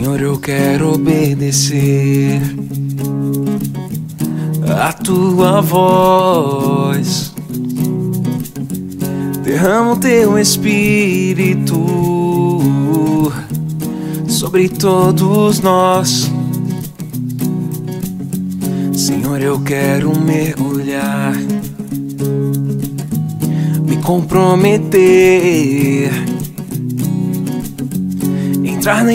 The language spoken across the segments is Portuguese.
Senhor, eu quero obedecer a tua voz. Derrama o teu espírito sobre todos nós. Senhor, eu quero mergulhar, me comprometer, entrar na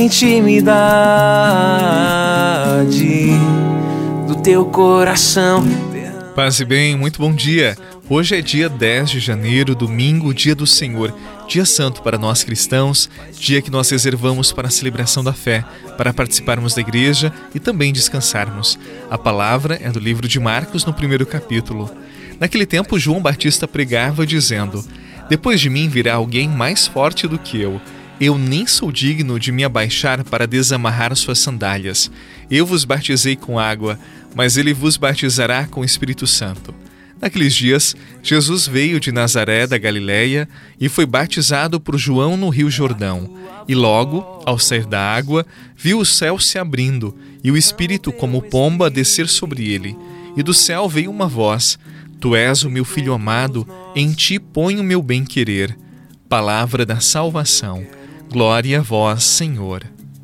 intimidade do teu coração. Paz e bem, muito bom dia. Hoje é dia 10 de janeiro, domingo, dia do Senhor, dia santo para nós cristãos, dia que nós reservamos para a celebração da fé, para participarmos da igreja e também descansarmos. A palavra é do livro de Marcos, no 1º capítulo. Naquele tempo, João Batista pregava dizendo: "Depois de mim virá alguém mais forte do que eu. Eu nem sou digno de me abaixar para desamarrar suas sandálias. Eu vos batizei com água, mas ele vos batizará com o Espírito Santo." Naqueles dias, Jesus veio de Nazaré da Galileia e foi batizado por João no Rio Jordão. E logo, ao sair da água, viu o céu se abrindo e o Espírito como pomba descer sobre ele. E do céu veio uma voz: "Tu és o meu Filho amado, em ti ponho o meu bem-querer." Palavra da salvação. Glória a vós, Senhor.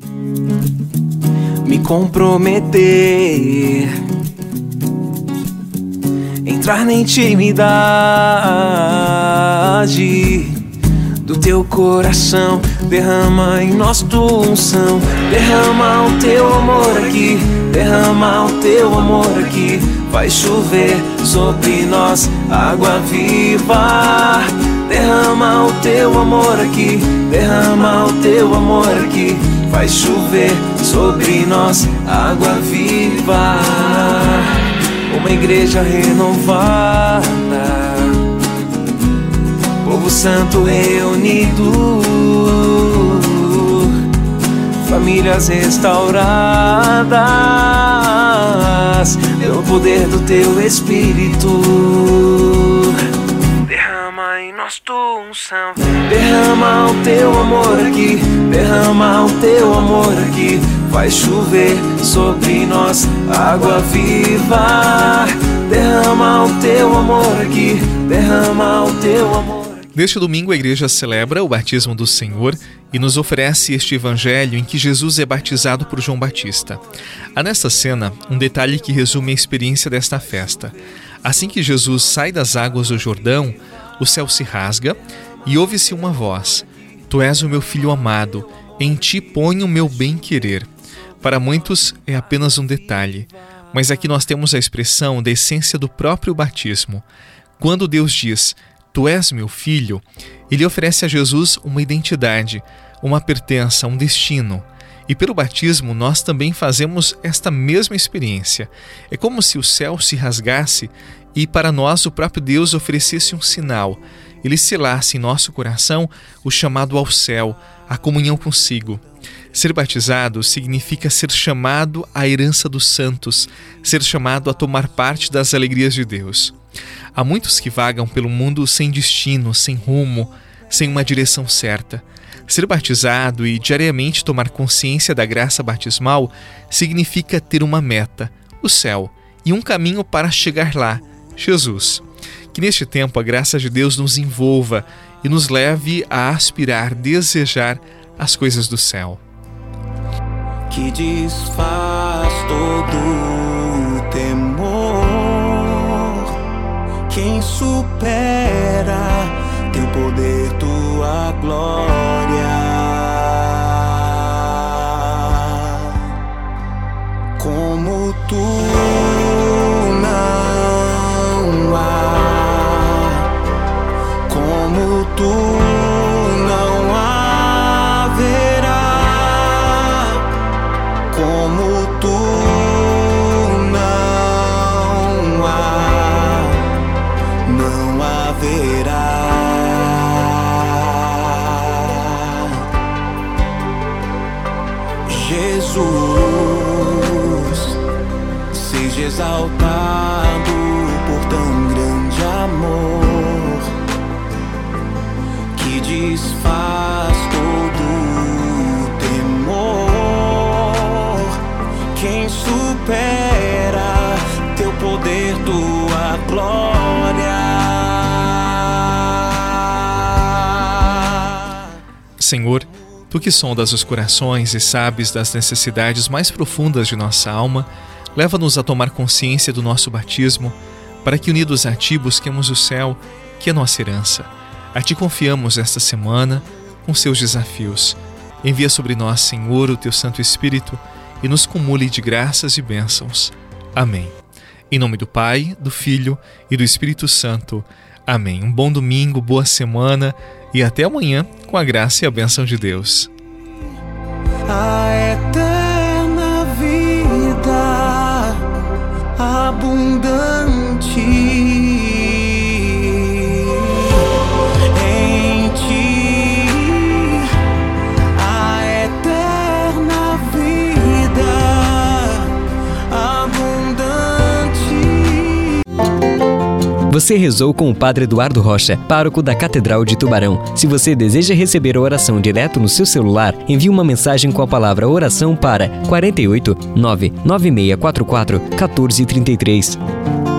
Me comprometer, entrar na intimidade do teu coração. Derrama em nós tua unção, derrama o teu amor aqui, derrama o teu amor aqui. Vai chover sobre nós água viva. Derrama o teu amor aqui, derrama o teu amor aqui. Vai chover sobre nós água viva. Uma igreja renovada, povo santo reunido, famílias restauradas pelo poder do teu Espírito. Derrama em nós tua unção, derrama o teu amor aqui, derrama o teu amor aqui. Vai chover sobre nós água viva. Derrama o teu amor aqui, derrama o teu amor. Neste domingo, a igreja celebra o batismo do Senhor e nos oferece este evangelho em que Jesus é batizado por João Batista. Há nesta cena um detalhe que resume a experiência desta festa. Assim que Jesus sai das águas do Jordão, o céu se rasga e ouve-se uma voz: "Tu és o meu Filho amado, em ti ponho o meu bem-querer." Para muitos é apenas um detalhe, mas aqui nós temos a expressão da essência do próprio batismo. Quando Deus diz: "Tu és meu filho", ele oferece a Jesus uma identidade, uma pertença, um destino. E pelo batismo nós também fazemos esta mesma experiência. É como se o céu se rasgasse e para nós o próprio Deus oferecesse um sinal. Ele selasse em nosso coração o chamado ao céu, a comunhão consigo. Ser batizado significa ser chamado à herança dos santos, ser chamado a tomar parte das alegrias de Deus. Há muitos que vagam pelo mundo sem destino, sem rumo, sem uma direção certa. Ser batizado e diariamente tomar consciência da graça batismal significa ter uma meta, o céu, e um caminho para chegar lá, Jesus. Que neste tempo a graça de Deus nos envolva e nos leve a aspirar, desejar as coisas do céu. Que desfaz todo o temor, quem supera teu poder, tua glória. Como tu não há, como tu Jesus, seja exaltado por tão grande amor que desfaz todo o temor. supera, teu poder, tua glória. Senhor, Tu que sondas os corações e sabes das necessidades mais profundas de nossa alma, leva-nos a tomar consciência do nosso batismo, para que unidos a Ti busquemos o céu, que é nossa herança. A Ti confiamos esta semana com seus desafios. Envia sobre nós, Senhor, o Teu Santo Espírito e nos cumule de graças e bênçãos. Amém. Em nome do Pai, do Filho e do Espírito Santo. Amém. Um bom domingo, boa semana e até amanhã com a graça e a bênção de Deus. A eterna vida abundante em Ti, a eterna vida abundante. Você rezou com o Padre Eduardo Rocha, pároco da Catedral de Tubarão. Se você deseja receber a oração direto no seu celular, envie uma mensagem com a palavra oração para 48 99644 1433.